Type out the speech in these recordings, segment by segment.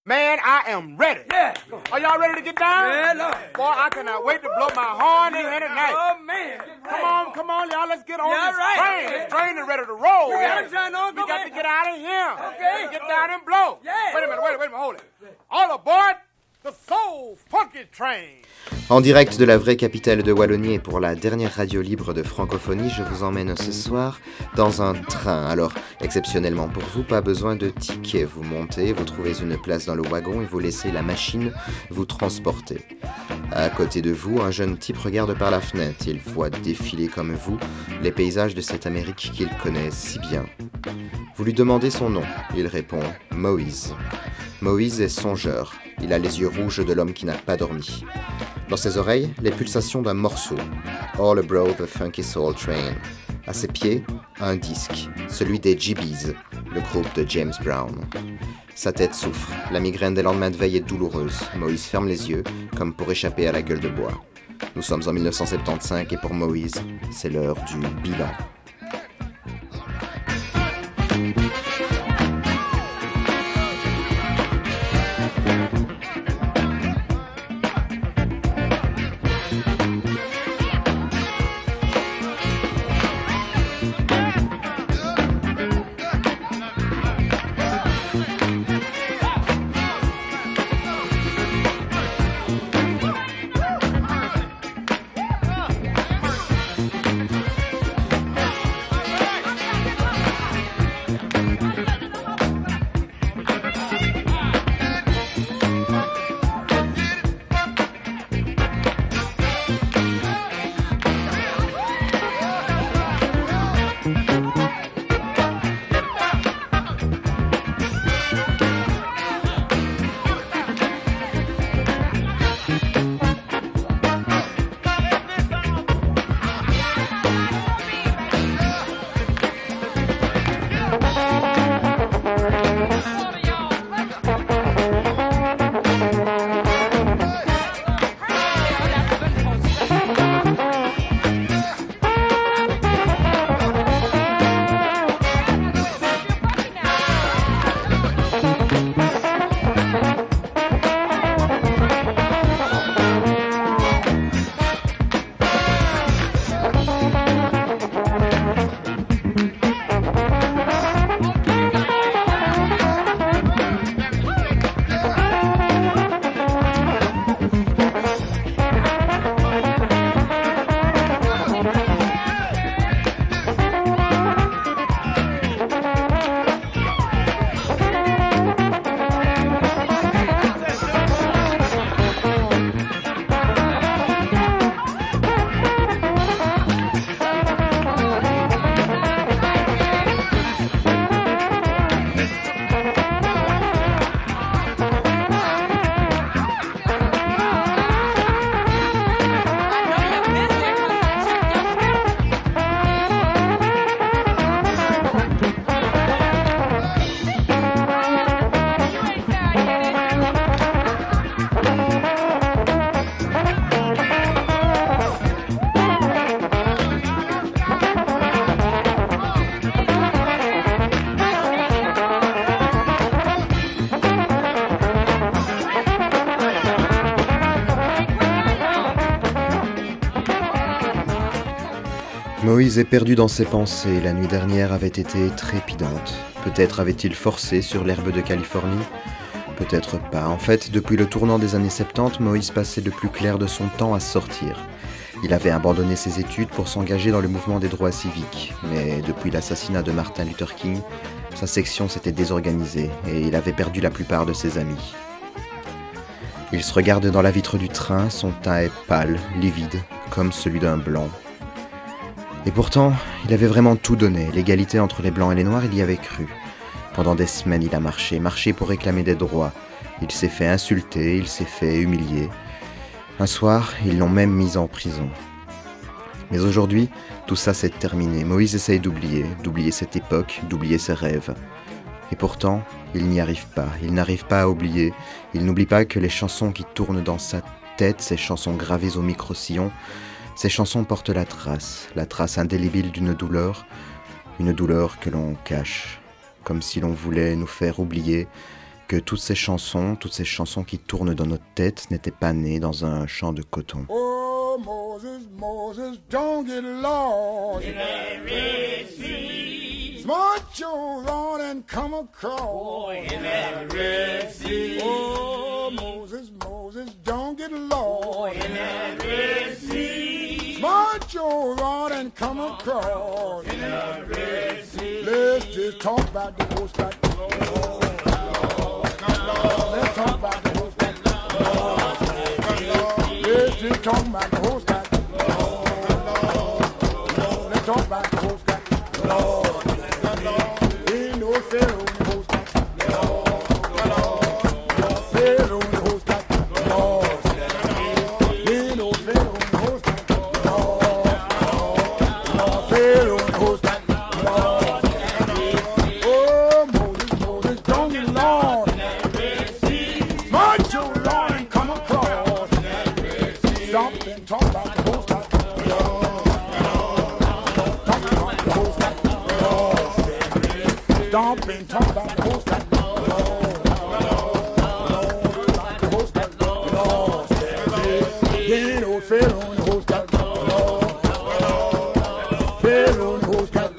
Man, I am ready. Yeah. Are y'all ready to get down? Yeah, Lord. Boy, I cannot wait to blow my horn in here tonight. Oh, man. Come on, y'all. Let's get on Yeah, this right. train. This train is ready to roll. We got here. a train on, We come got on. to get out of here. Okay. Get down and blow. Yeah. Wait a minute, hold it. All aboard the Soul Funky Train. En direct de la vraie capitale de Wallonie et pour la dernière radio libre de francophonie, je vous emmène ce soir dans un train. Alors, exceptionnellement pour vous, pas besoin de ticket. Vous montez, vous trouvez une place dans le wagon et vous laissez la machine vous transporter. À côté de vous, un jeune type regarde par la fenêtre. Il voit défiler comme vous les paysages de cette Amérique qu'il connaît si bien. Vous lui demandez son nom. Il répond « Moïse ». Moïse est songeur. Il a les yeux rouges de l'homme qui n'a pas dormi. Dans ses oreilles, les pulsations d'un morceau. All aboard the funky soul train. À ses pieds, un disque, celui des GBs, le groupe de James Brown. Sa tête souffre, la migraine des lendemains de veille est douloureuse. Moïse ferme les yeux, comme pour échapper à la gueule de bois. Nous sommes en 1975 et pour Moïse, c'est l'heure du bilan. Moïse est perdu dans ses pensées. La nuit dernière avait été trépidante. Peut-être avait-il forcé sur l'herbe de Californie. Peut-être pas. En fait, depuis le tournant des années 70, Moïse passait le plus clair de son temps à sortir. Il avait abandonné ses études pour s'engager dans le mouvement des droits civiques. Mais depuis l'assassinat de Martin Luther King, sa section s'était désorganisée et il avait perdu la plupart de ses amis. Il se regarde dans la vitre du train, son teint est pâle, livide, comme celui d'un blanc. Et pourtant, il avait vraiment tout donné. L'égalité entre les blancs et les noirs, il y avait cru. Pendant des semaines, il a marché pour réclamer des droits. Il s'est fait insulter, il s'est fait humilier. Un soir, ils l'ont même mis en prison. Mais aujourd'hui, tout ça s'est terminé. Moïse essaye d'oublier cette époque, d'oublier ses rêves. Et pourtant, il n'y arrive pas. Il n'arrive pas à oublier. Il n'oublie pas que les chansons qui tournent dans sa tête, ces chansons gravées au micro-sillon, ces chansons portent la trace indélébile d'une douleur, une douleur que l'on cache, comme si l'on voulait nous faire oublier que toutes ces chansons qui tournent dans notre tête n'étaient pas nées dans un champ de coton. Oh, Moses, Moses, don't get lost in that Red Sea. March your on and come across. Oh, in that Red Sea. Oh, Moses, Moses, don't get lost. Oh, in that Red Sea. March your on and come across. In that Red Sea. Let's just talk about the most that. Let's talk about the most that. Let's just talk about the most that. Let's talk about the most that. Ain't no Pharaoh in the most that. Pharaoh in the most that. Ain't no Pharaoh in the most that. Pharaoh in the most that. Oh, Moses, Moses, don't get lost. March your Lord and come across. Stop and talk about the most that. Stomp and talk about the host that ain't no Pharaoh in the host that Pharaoh in the host that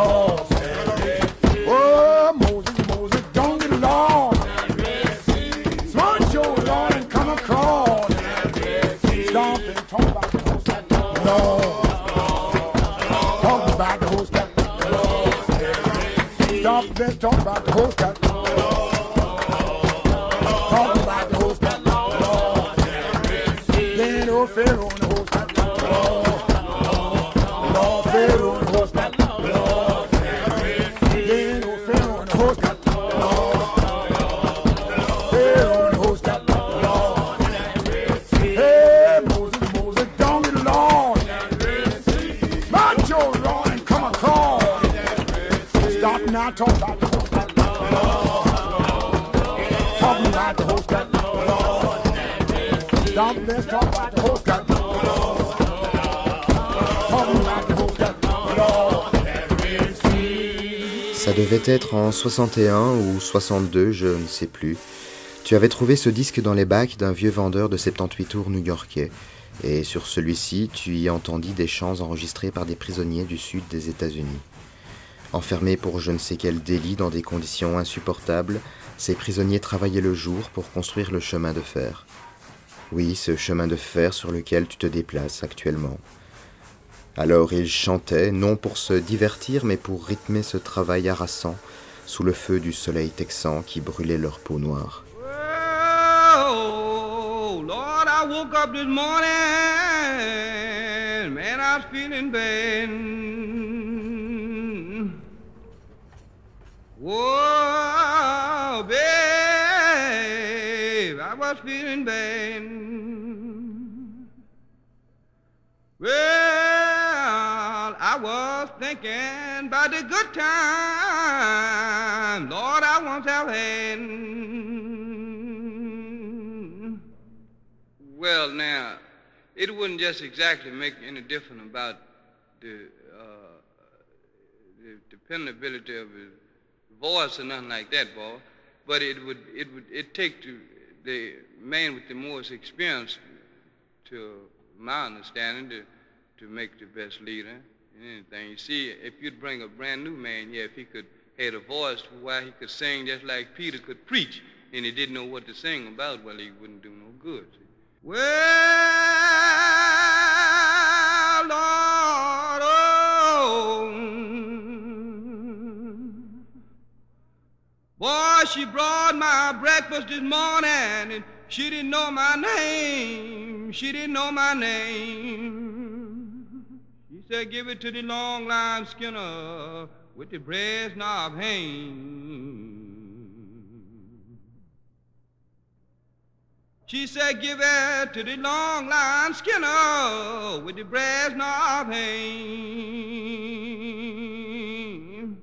oh, Moses, Moses, don't get lost. Smart your Lord and come across. Stomp and talk about the host that talk about the host that Stop, let's talk about the host cat. Talk about the host cat. There ain't no Pharaoh in the host cat. No Pharaoh in the host cat. There ain't no Pharaoh in the host cat. Pharaoh in the host cat. Hey, Moses, Moses, don't get lost. March your Lord and come across. Stop now, talk about the host cat. Talking about the host cat. Stop, let's talk about the host cat. Talking about the host cat. Ça devait être en 61 ou 62, je ne sais plus. Tu avais trouvé ce disque dans les bacs d'un vieux vendeur de 78 tours new-yorkais. Et sur celui-ci, tu y entendis des chants enregistrés par des prisonniers du sud des États-Unis. Enfermés pour je ne sais quel délit dans des conditions insupportables, ces prisonniers travaillaient le jour pour construire le chemin de fer. Oui, ce chemin de fer sur lequel tu te déplaces actuellement. Alors ils chantaient, non pour se divertir, mais pour rythmer ce travail harassant, sous le feu du soleil texan qui brûlait leur peau noire. Oh, Lord, I woke up this morning, man, I was feeling bad. Whoa, babe, I was feeling bad. Well, I was thinking about the good time, Lord, I once have had. Well, now, it wouldn't just exactly make any difference about the dependability of his voice or nothing like that, boy. But it take the man with the most experience, to my understanding, to make the best leader in anything. You see, if you'd bring a brand new man, yeah, if he could had a voice where he could sing just like Peter could preach, and he didn't know what to sing about, well, he wouldn't do no good. See? Well, Lord, oh, boy, she brought my breakfast this morning, and she didn't know my name. She didn't know my name. She said, give it to the long line skinner with the brass knob hang. She said, give it to the long line skinner with the brass knob hang.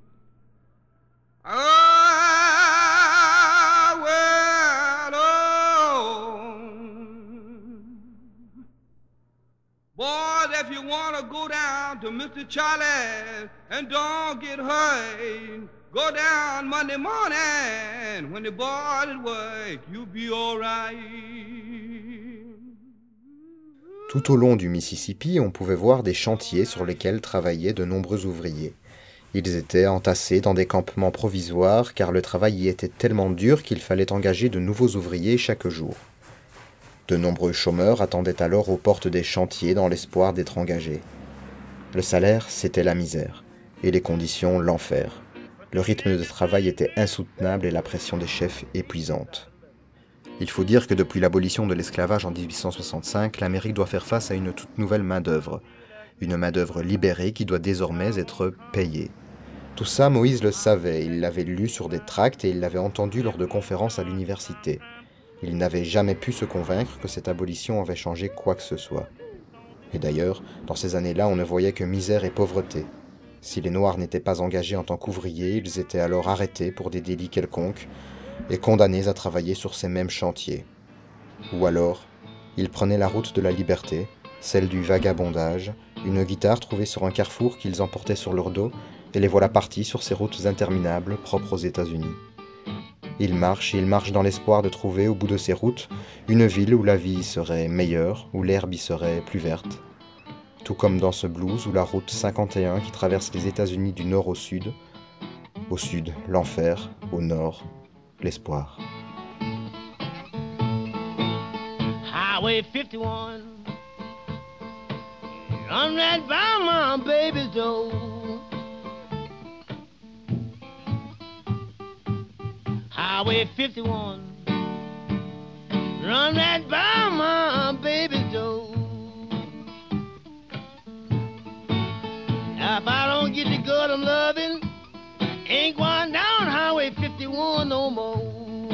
Oh, well, oh. Boys, if you want to go down to Mr. Charlie and don't get hurt, Go down Monday morning when the boys at work, you'll be all right. Tout au long du Mississippi, on pouvait voir des chantiers sur lesquels travaillaient de nombreux ouvriers. Ils étaient entassés dans des campements provisoires car le travail y était tellement dur qu'il fallait engager de nouveaux ouvriers chaque jour. De nombreux chômeurs attendaient alors aux portes des chantiers dans l'espoir d'être engagés. Le salaire, c'était la misère, et les conditions, l'enfer. Le rythme de travail était insoutenable et la pression des chefs épuisante. Il faut dire que depuis l'abolition de l'esclavage en 1865, l'Amérique doit faire face à une toute nouvelle main-d'œuvre. Une main-d'œuvre libérée qui doit désormais être payée. Tout ça, Moïse le savait, il l'avait lu sur des tracts et il l'avait entendu lors de conférences à l'université. Il n'avait jamais pu se convaincre que cette abolition avait changé quoi que ce soit. Et d'ailleurs, dans ces années-là, on ne voyait que misère et pauvreté. Si les Noirs n'étaient pas engagés en tant qu'ouvriers, ils étaient alors arrêtés pour des délits quelconques et condamnés à travailler sur ces mêmes chantiers. Ou alors, ils prenaient la route de la liberté, celle du vagabondage, une guitare trouvée sur un carrefour qu'ils emportaient sur leur dos, et les voilà partis sur ces routes interminables propres aux États-Unis. Ils marchent dans l'espoir de trouver au bout de ces routes une ville où la vie serait meilleure, où l'herbe y serait plus verte. Tout comme dans ce blues où la route 51 qui traverse les États-Unis du nord au sud, l'enfer, au nord, l'espoir. Highway 51, run right by my baby's door. Highway 51, run right by my baby's door. Now if I don't get the good I'm loving, ain't going down Highway 51 no more.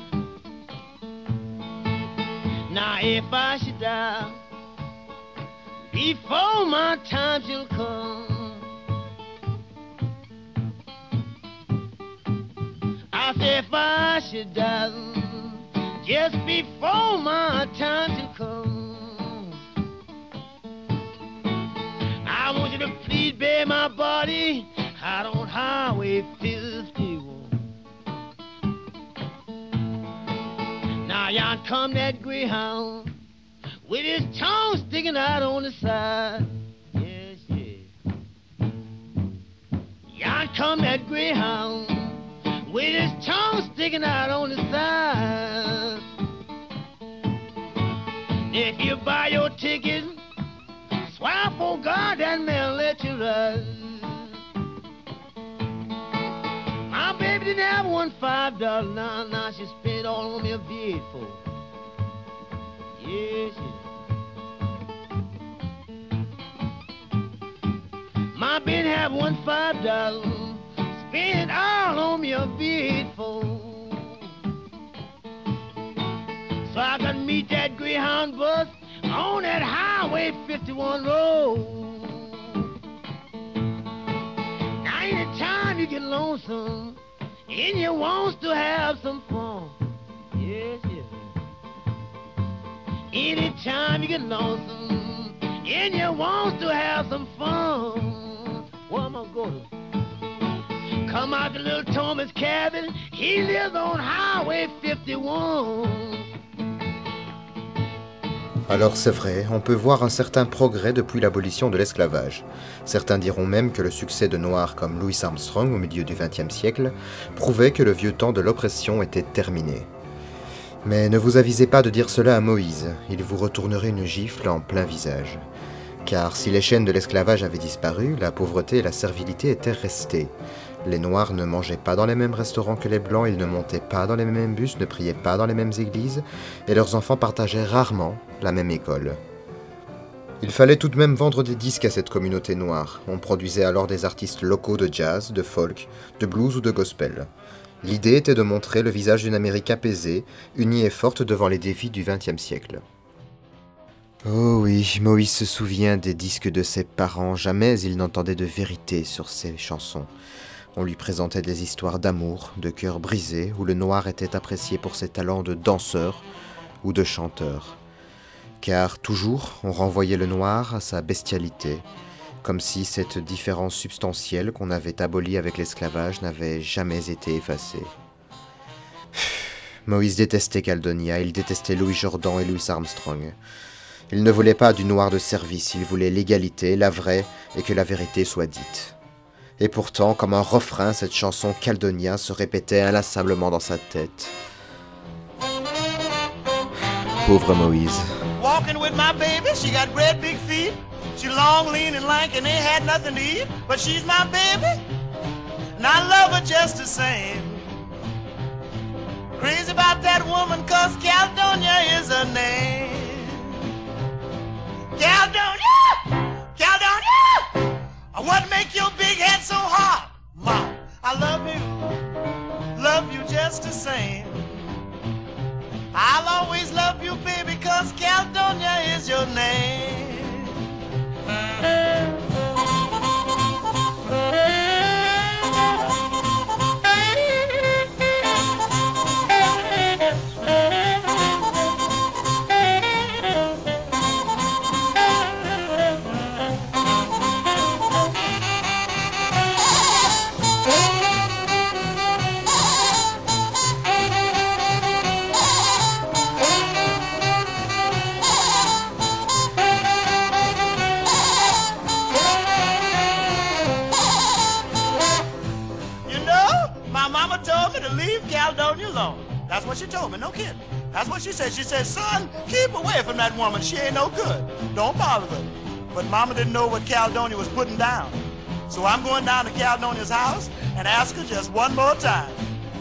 Now if I should die before my time shall come, I say if I should die just before my time shall come, I want you to please bury my body out on Highway 51. Now yon come that greyhound with his tongue sticking out on the side. Yes, yes. Yon come that greyhound with his tongue sticking out on the side. If you buy your ticket, swear for God that man let you ride. My baby didn't have $5 now she spent all on me a V8 Yes, yes. My baby have $5, spend all on me a V8 so I could meet that Greyhound bus on that Highway 51 road. Now anytime you get lonesome and you want to have some fun, yes, yes. Anytime you get lonesome and you want to have some fun, where am I going to? Come out to little Thomas cabin, he lives on Highway 51. Alors c'est vrai, on peut voir un certain progrès depuis l'abolition de l'esclavage. Certains diront même que le succès de Noirs comme Louis Armstrong au milieu du XXe siècle prouvait que le vieux temps de l'oppression était terminé. Mais ne vous avisez pas de dire cela à Moïse, il vous retournerait une gifle en plein visage. Car si les chaînes de l'esclavage avaient disparu, la pauvreté et la servilité étaient restées. Les Noirs ne mangeaient pas dans les mêmes restaurants que les Blancs, ils ne montaient pas dans les mêmes bus, ne priaient pas dans les mêmes églises, et leurs enfants partageaient rarement la même école. Il fallait tout de même vendre des disques à cette communauté noire. On produisait alors des artistes locaux de jazz, de folk, de blues ou de gospel. L'idée était de montrer le visage d'une Amérique apaisée, unie et forte devant les défis du XXe siècle. Oh oui, Moïse se souvient des disques de ses parents, jamais il n'entendait de vérité sur ces chansons. On lui présentait des histoires d'amour, de cœurs brisés, où le noir était apprécié pour ses talents de danseur ou de chanteur. Car toujours, on renvoyait le noir à sa bestialité, comme si cette différence substantielle qu'on avait abolie avec l'esclavage n'avait jamais été effacée. Moïse détestait Caledonia, il détestait Louis Jordan et Louis Armstrong. Il ne voulait pas du noir de service, il voulait l'égalité, la vraie, et que la vérité soit dite. Et pourtant, comme un refrain, cette chanson Caledonia se répétait inlassablement dans sa tête. Pauvre Moïse. Walking with my baby, she got great big feet. She long, lean, and lank, and ain't had nothing to eat. But she's my baby, and I love her just the same. Crazy about that woman, 'cause Caledonia is her name. Caledonia! Caledonia! What make your big head so hot? Mom, I love you just the same. I'll always love you, baby, 'cause Caledonia is your name. Caledonia alone. That's what she told me, no kidding. That's what she said. She said, son, keep away from that woman. She ain't no good. Don't bother with her. But Mama didn't know what Caledonia was putting down. So I'm going down to Caledonia's house and ask her just one more time.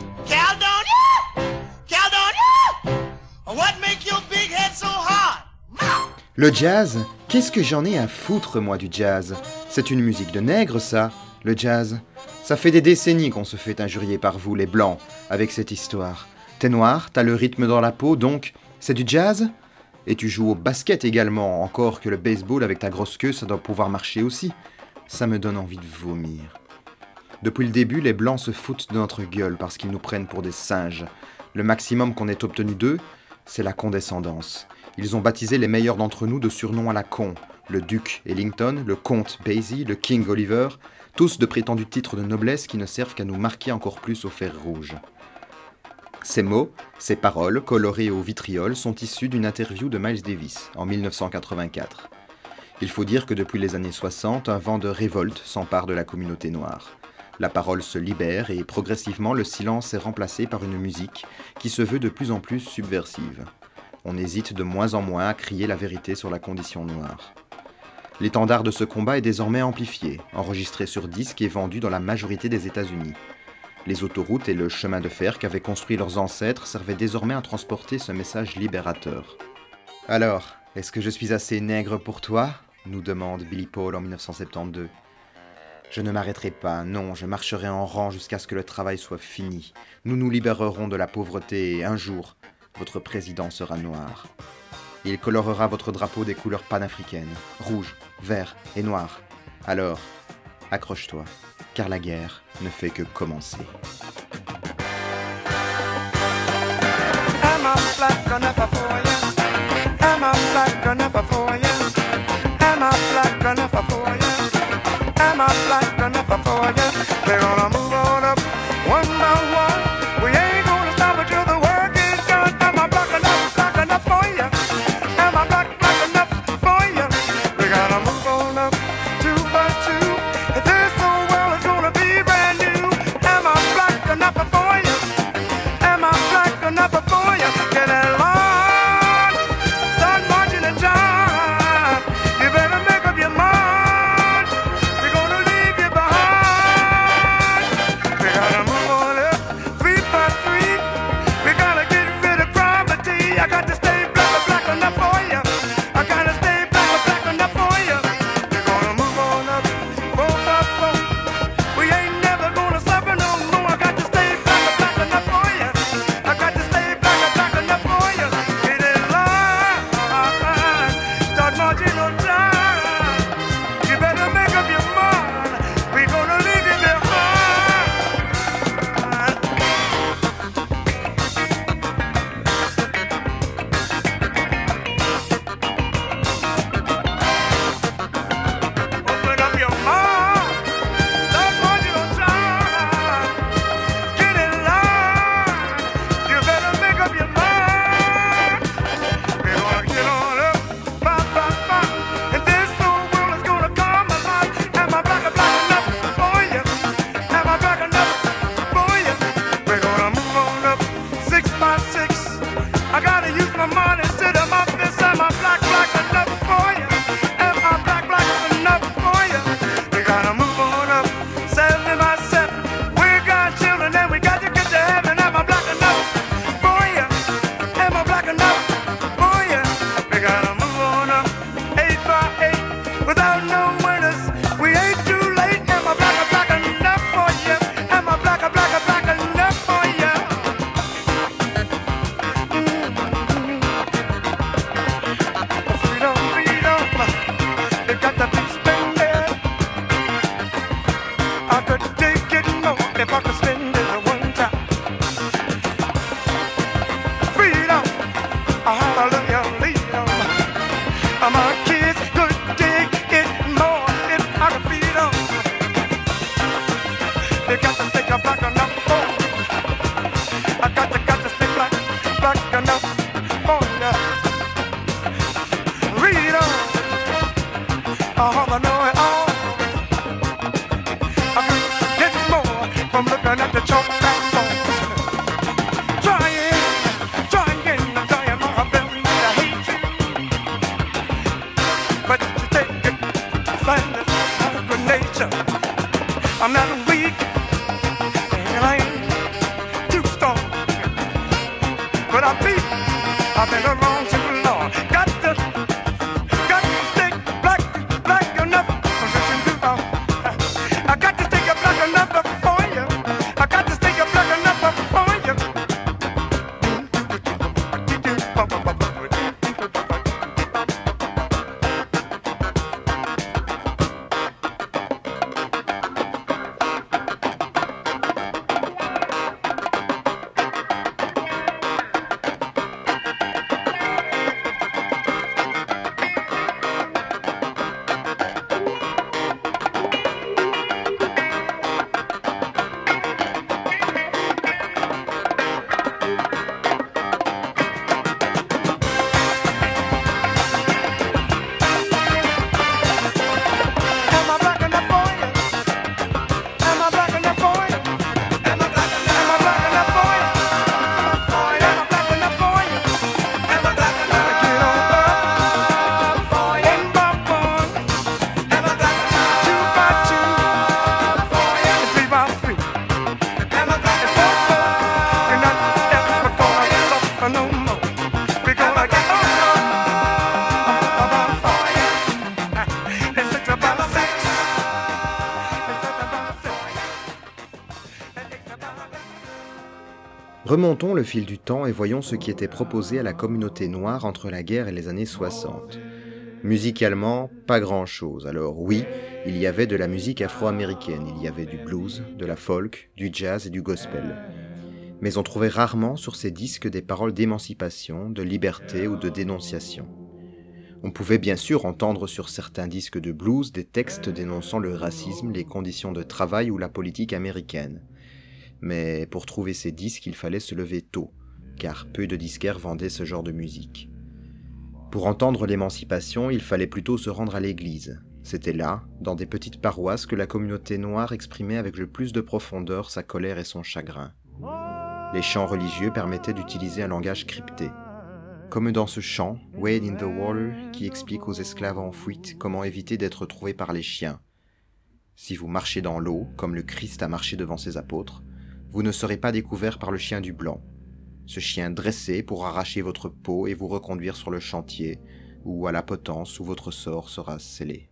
Caledonia! Caledonia! What make your big head so hard? Mom! Le jazz? Qu'est-ce que j'en ai à foutre, moi, du jazz? C'est une musique de nègre, ça, le jazz. Ça fait des décennies qu'on se fait injurier par vous, les blancs, avec cette histoire. T'es noir, t'as le rythme dans la peau, donc c'est du jazz? Et tu joues au basket également, encore que le baseball avec ta grosse queue, ça doit pouvoir marcher aussi. Ça me donne envie de vomir. Depuis le début, les blancs se foutent de notre gueule parce qu'ils nous prennent pour des singes. Le maximum qu'on ait obtenu d'eux, c'est la condescendance. Ils ont baptisé les meilleurs d'entre nous de surnoms à la con. Le duc Ellington, le comte Basie, le king Oliver, tous de prétendus titres de noblesse qui ne servent qu'à nous marquer encore plus au fer rouge. Ces mots, ces paroles, colorées au vitriol, sont issus d'une interview de Miles Davis, en 1984. Il faut dire que depuis les années 60, un vent de révolte s'empare de la communauté noire. La parole se libère et progressivement le silence est remplacé par une musique qui se veut de plus en plus subversive. On hésite de moins en moins à crier la vérité sur la condition noire. L'étendard de ce combat est désormais amplifié, enregistré sur disque et vendu dans la majorité des États-Unis. Les autoroutes et le chemin de fer qu'avaient construit leurs ancêtres servaient désormais à transporter ce message libérateur. « Alors, est-ce que je suis assez nègre pour toi ?» nous demande Billy Paul en 1972. « Je ne m'arrêterai pas, non, je marcherai en rang jusqu'à ce que le travail soit fini. Nous nous libérerons de la pauvreté et un jour, votre président sera noir. Il colorera votre drapeau des couleurs panafricaines, rouge, vert et noir. Alors, accroche-toi, car la guerre ne fait que commencer. » Move on I gotta use my money, sit up this and my black enough for you. And my black enough for you. We gotta move on up, 7 by 7. We got children and we got to get to heaven. And my black enough for you. And my black enough for you. We gotta move on up, 8 by 8. Without no winners, we ain't too late. And my black enough for you. And my black enough for you. If I could spend it at one time. Freedom, hallelujah, freedom. My kids could dig it more if I could feed them. They got to think I'm black enough for you. I got to stay black enough for you. Freedom, I know it all. I'm looking at the chalk backbone. Trying, my ability to hate you. But you take it, find it, good nature. I'm not weak, and I ain't too strong. But I've been around too long. Got to stay black enough. I got to stay black enough. Remontons le fil du temps et voyons ce qui était proposé à la communauté noire entre la guerre et les années 60. Musicalement, pas grand-chose. Alors oui, il y avait de la musique afro-américaine, il y avait du blues, de la folk, du jazz et du gospel. Mais on trouvait rarement sur ces disques des paroles d'émancipation, de liberté ou de dénonciation. On pouvait bien sûr entendre sur certains disques de blues des textes dénonçant le racisme, les conditions de travail ou la politique américaine. Mais pour trouver ces disques, il fallait se lever tôt, car peu de disquaires vendaient ce genre de musique. Pour entendre l'émancipation, il fallait plutôt se rendre à l'église. C'était là, dans des petites paroisses, que la communauté noire exprimait avec le plus de profondeur sa colère et son chagrin. Les chants religieux permettaient d'utiliser un langage crypté. Comme dans ce chant, Wade in the Water, qui explique aux esclaves en fuite comment éviter d'être trouvés par les chiens. Si vous marchez dans l'eau, comme le Christ a marché devant ses apôtres, vous ne serez pas découvert par le chien du blanc. Ce chien dressé pour arracher votre peau et vous reconduire sur le chantier, ou à la potence où votre sort sera scellé.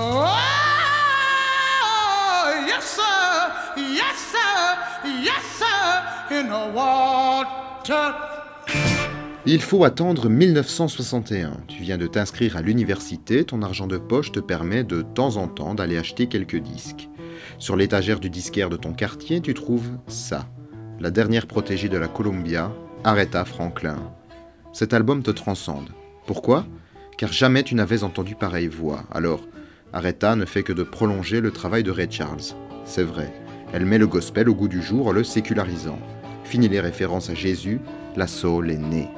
Oh, yes, sir, yes, sir, yes, sir, in the water. Il faut attendre 1961. Tu viens de t'inscrire à l'université, ton argent de poche te permet de temps en temps d'aller acheter quelques disques. Sur l'étagère du disquaire de ton quartier, tu trouves ça. La dernière protégée de la Columbia, Aretha Franklin. Cet album te transcende. Pourquoi ? Car jamais tu n'avais entendu pareille voix. Alors, Aretha ne fait que de prolonger le travail de Ray Charles. C'est vrai, elle met le gospel au goût du jour en le sécularisant. Fini les références à Jésus, la soul est née.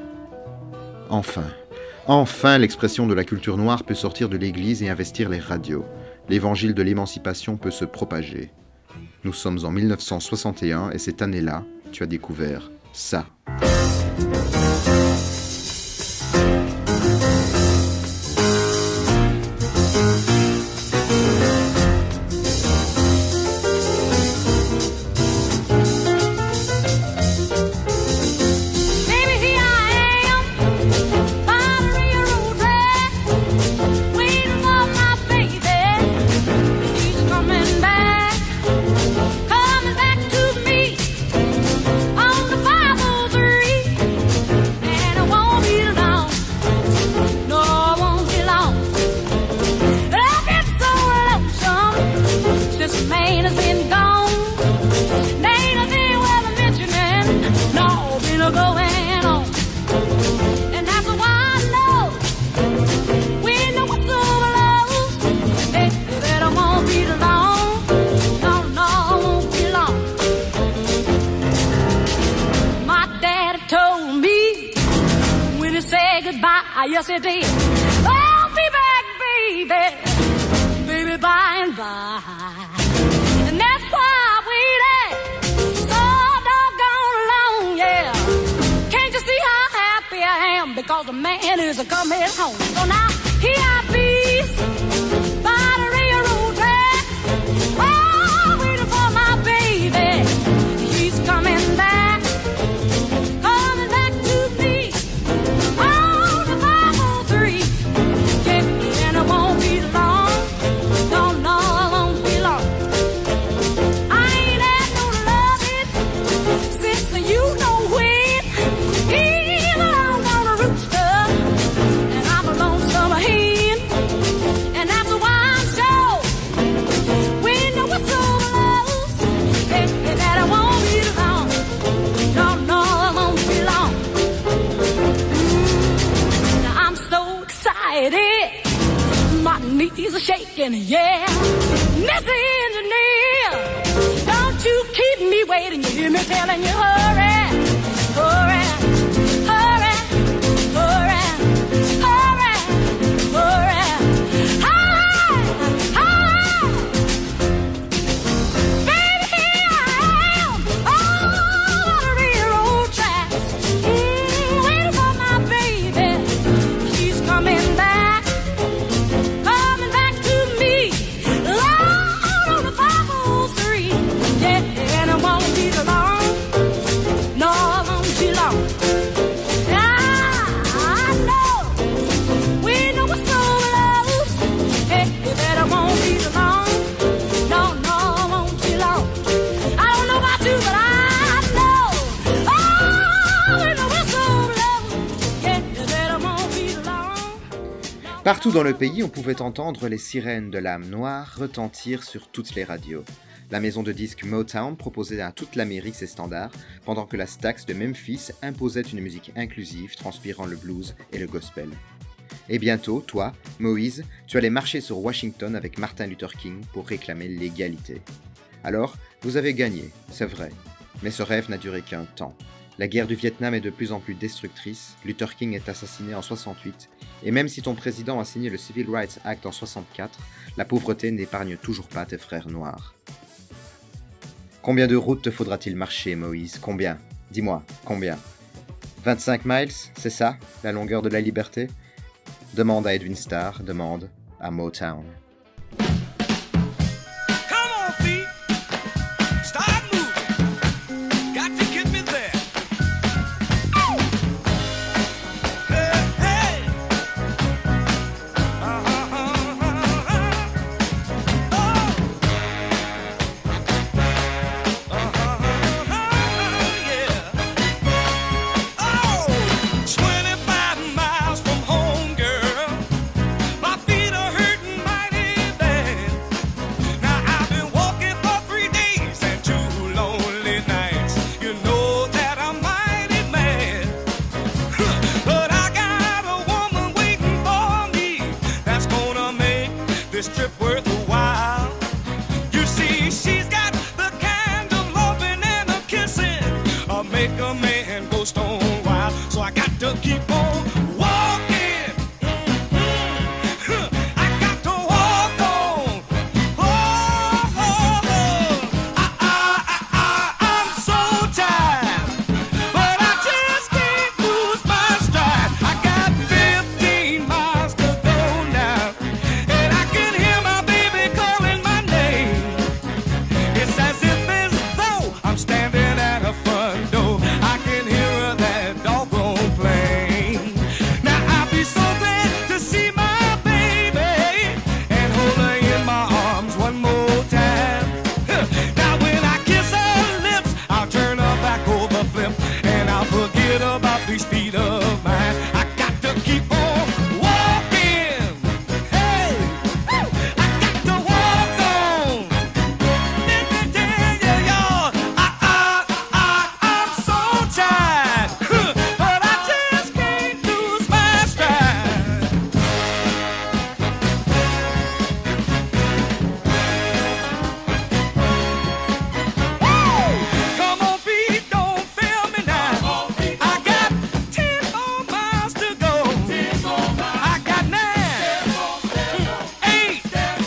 Enfin l'expression de la culture noire peut sortir de l'église et investir les radios. L'évangile de l'émancipation peut se propager. Nous sommes en 1961 et cette année-là, tu as découvert ça. Yes, it did. I'll be back, baby, baby, by and by. And that's why I waited so doggone long, yeah. Can't you see how happy I am? Because the man is coming home. So now, here I be, by the railroad track. Oh, waiting for my baby. He's coming back. Knees are shaking, yeah. Mr. Engineer, don't you keep me waiting. You hear me telling you, hurry, hurry, hurry, hurry, hurry, hurry, hurry, hurry. Baby, here I am, on the railroad tracks, waiting for my baby. She's coming back. Partout dans le pays, on pouvait entendre les sirènes de l'âme noire retentir sur toutes les radios. La maison de disques Motown proposait à toute l'Amérique ses standards, pendant que la Stax de Memphis imposait une musique inclusive transpirant le blues et le gospel. Et bientôt, toi, Moïse, tu allais marcher sur Washington avec Martin Luther King pour réclamer l'égalité. Alors, vous avez gagné, c'est vrai, mais ce rêve n'a duré qu'un temps. La guerre du Vietnam est de plus en plus destructrice, Luther King est assassiné en 68, et même si ton président a signé le Civil Rights Act en 64, la pauvreté n'épargne toujours pas tes frères noirs. Combien de routes te faudra-t-il marcher, Moïse ? Combien ? Dis-moi, combien ? 25 miles, c'est ça, la longueur de la liberté ? Demande à Edwin Starr, demande à Motown. trip worth a while. You see, she's got the kind of loving and a kissing make a man go stone wild. So I got to keep on walking. I got to walk on. I'm so tired, but I just can't lose my stride. I got 15 miles to go now, and I can hear my baby calling my name. It's as if as though I'm standing at a front door. I can hear her that doggone plane. Now I'll be so glad to see my baby and hold her in my arms one more time. Now when I kiss her lips, I'll turn her back over flip, and I'll forget about these feet of mine. I got to keep on walking. Hey, I got to walk on. Let me tell you, y'all, I'm so tired, but I just can't lose my stride. Come on, feet, don't fail me now. I got 10 more miles to go. I got 9, 8,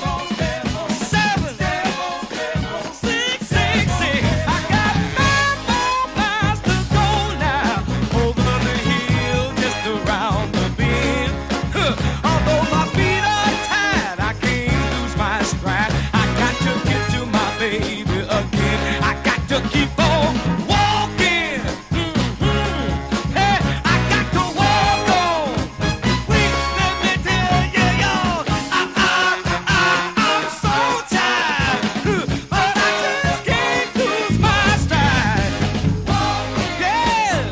7, 6, 6, 6. I got 5 more miles to go now. Over the hill, just around the bend. Although my feet are tired, I can't lose my stride. I got to get to my baby again. I got to keep on walking. Hey, I got to walk on. Wait, let me tell you, y'all, I'm so tired, but I just can't lose my stride. Yeah,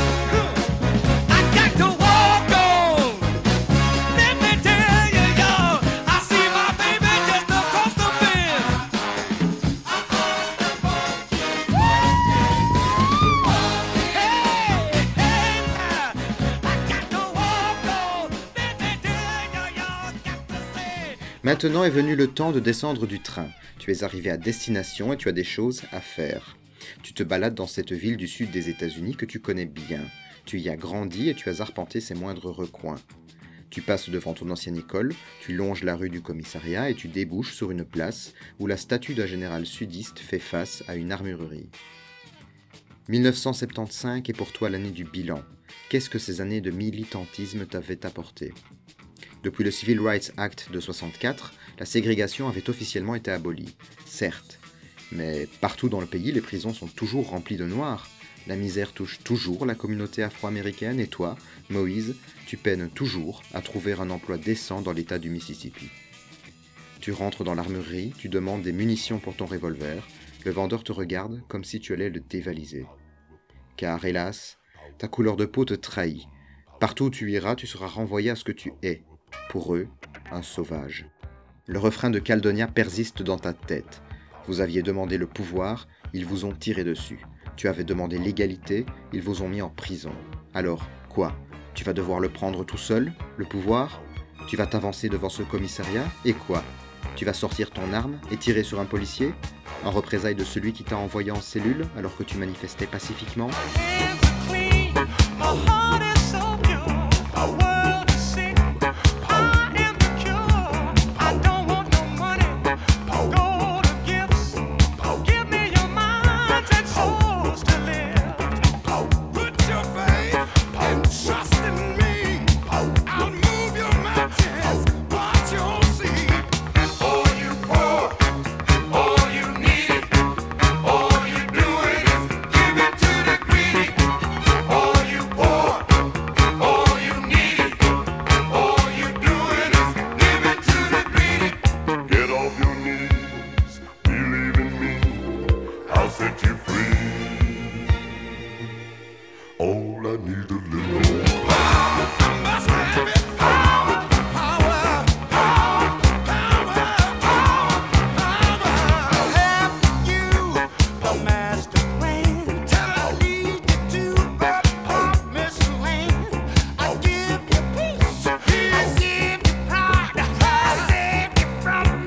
I got to walk on. Let me tell you, y'all, I see my baby just across the fence. Maintenant est venu le temps de descendre du train. Tu es arrivé à destination et tu as des choses à faire. Tu te balades dans cette ville du sud des États-Unis que tu connais bien. Tu y as grandi et tu as arpenté ses moindres recoins. Tu passes devant ton ancienne école, tu longes la rue du commissariat et tu débouches sur une place où la statue d'un général sudiste fait face à une armurerie. 1975 est pour toi l'année du bilan. Qu'est-ce que ces années de militantisme t'avaient apporté ? Depuis le Civil Rights Act de 64, la ségrégation avait officiellement été abolie. Certes, mais partout dans le pays, les prisons sont toujours remplies de noirs. La misère touche toujours la communauté afro-américaine et toi, Moïse, tu peines toujours à trouver un emploi décent dans l'état du Mississippi. Tu rentres dans l'armurerie, tu demandes des munitions pour ton revolver, le vendeur te regarde comme si tu allais le dévaliser. Car, hélas, ta couleur de peau te trahit. Partout où tu iras, tu seras renvoyé à ce que tu es. Pour eux, un sauvage. Le refrain de Caldonia persiste dans ta tête. Vous aviez demandé le pouvoir, ils vous ont tiré dessus. Tu avais demandé l'égalité, ils vous ont mis en prison. Alors, quoi ? Tu vas devoir le prendre tout seul, le pouvoir ? Tu vas t'avancer devant ce commissariat, et quoi ? Tu vas sortir ton arme et tirer sur un policier ? En représailles de celui qui t'a envoyé en cellule alors que tu manifestais pacifiquement ? From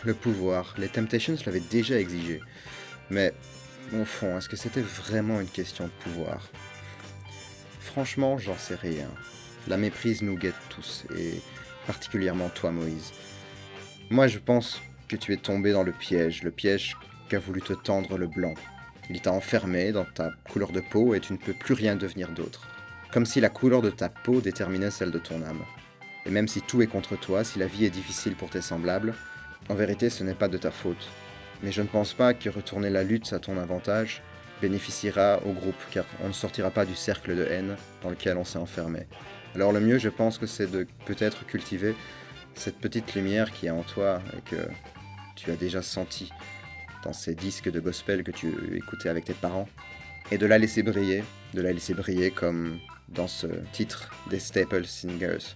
le pouvoir, les Temptations l'avaient déjà exigé. Mais, au fond, est-ce que c'était vraiment une question de pouvoir ? Franchement, j'en sais rien. La méprise nous guette tous, et particulièrement toi, Moïse. Moi, je pense que tu es tombé dans le piège qu'a voulu te tendre le blanc. Il t'a enfermé dans ta couleur de peau et tu ne peux plus rien devenir d'autre. Comme si la couleur de ta peau déterminait celle de ton âme. Et même si tout est contre toi, si la vie est difficile pour tes semblables, en vérité ce n'est pas de ta faute. Mais je ne pense pas que retourner la lutte à ton avantage bénéficiera au groupe, car on ne sortira pas du cercle de haine dans lequel on s'est enfermé. Alors le mieux, je pense que c'est de peut-être cultiver cette petite lumière qui est en toi et que tu as déjà sentie dans ces disques de gospel que tu écoutais avec tes parents, et de la laisser briller comme dans ce titre des Staple Singers.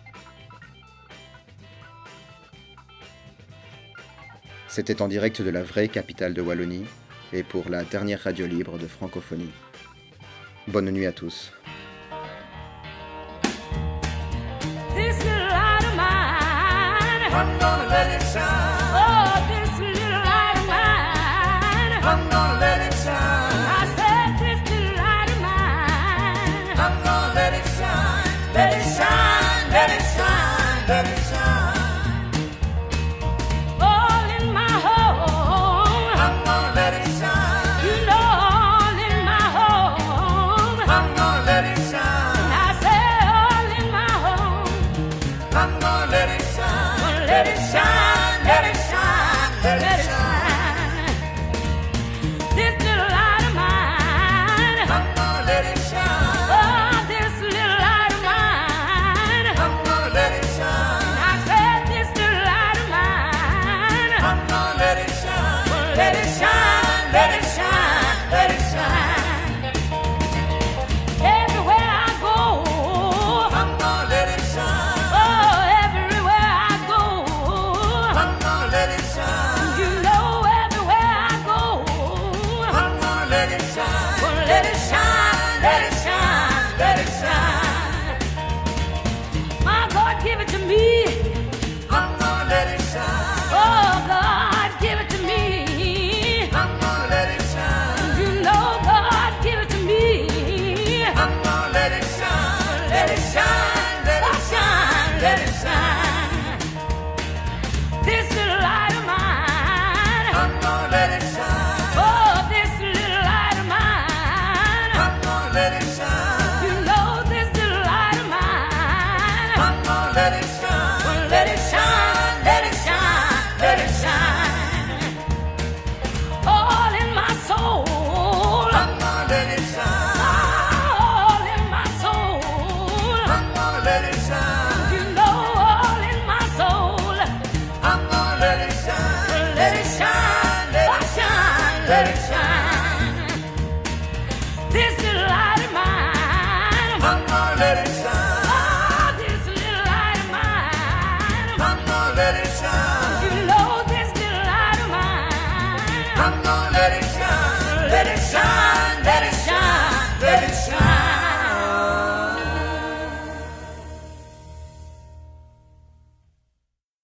C'était en direct de la vraie capitale de Wallonie, et pour la dernière radio libre de francophonie. Bonne nuit à tous. This little light of mine, I'm gonna let it shine. oh, this little light of mine, I'm gonna let it shine. I said this little light of mine, I'm gonna let it shine. Let it shine. Let it shine. Let it shine. all in my home, I'm gonna let it shine. you know, all in my home, I'm gonna let it shine. I said all in my home, I'm gonna let it shine. gonna Let it shine. Let it shine. Let let it it shine. shine. This little light of mine, I'm gonna let it shine. oh, this little light of mine, I'm gonna let it shine. I said this little light of mine, I'm gonna let it shine. gonna Let it shine. Let it shine. Let it shine. everywhere I go, I'm gonna let it shine. oh, everywhere I go, I'm gonna let it shine. you know, everywhere I go, I'm gonna let it shine. gonna let it shine, Let it shine. Let it shine. my God, give it to me, I'm gonna let it shine. oh, God, give it to me, I'm gonna let it shine. you know, God, give it to me, I'm gonna let it shine. Let it shine. Let it shine. Let it shine. this little light of mine, I'm gonna let it shine. oh, this little light of mine, I'm gonna let it shine. you know, this little light of mine, I'm gonna let it shine. gonna let it shine, Let it shine. Let it shine. all in my soul, I'm gonna let it shine. all in my soul, I'm gonna let it shine. you know, all in my soul, I'm gonna let it shine. let it shine, Let it shine. Let it shine.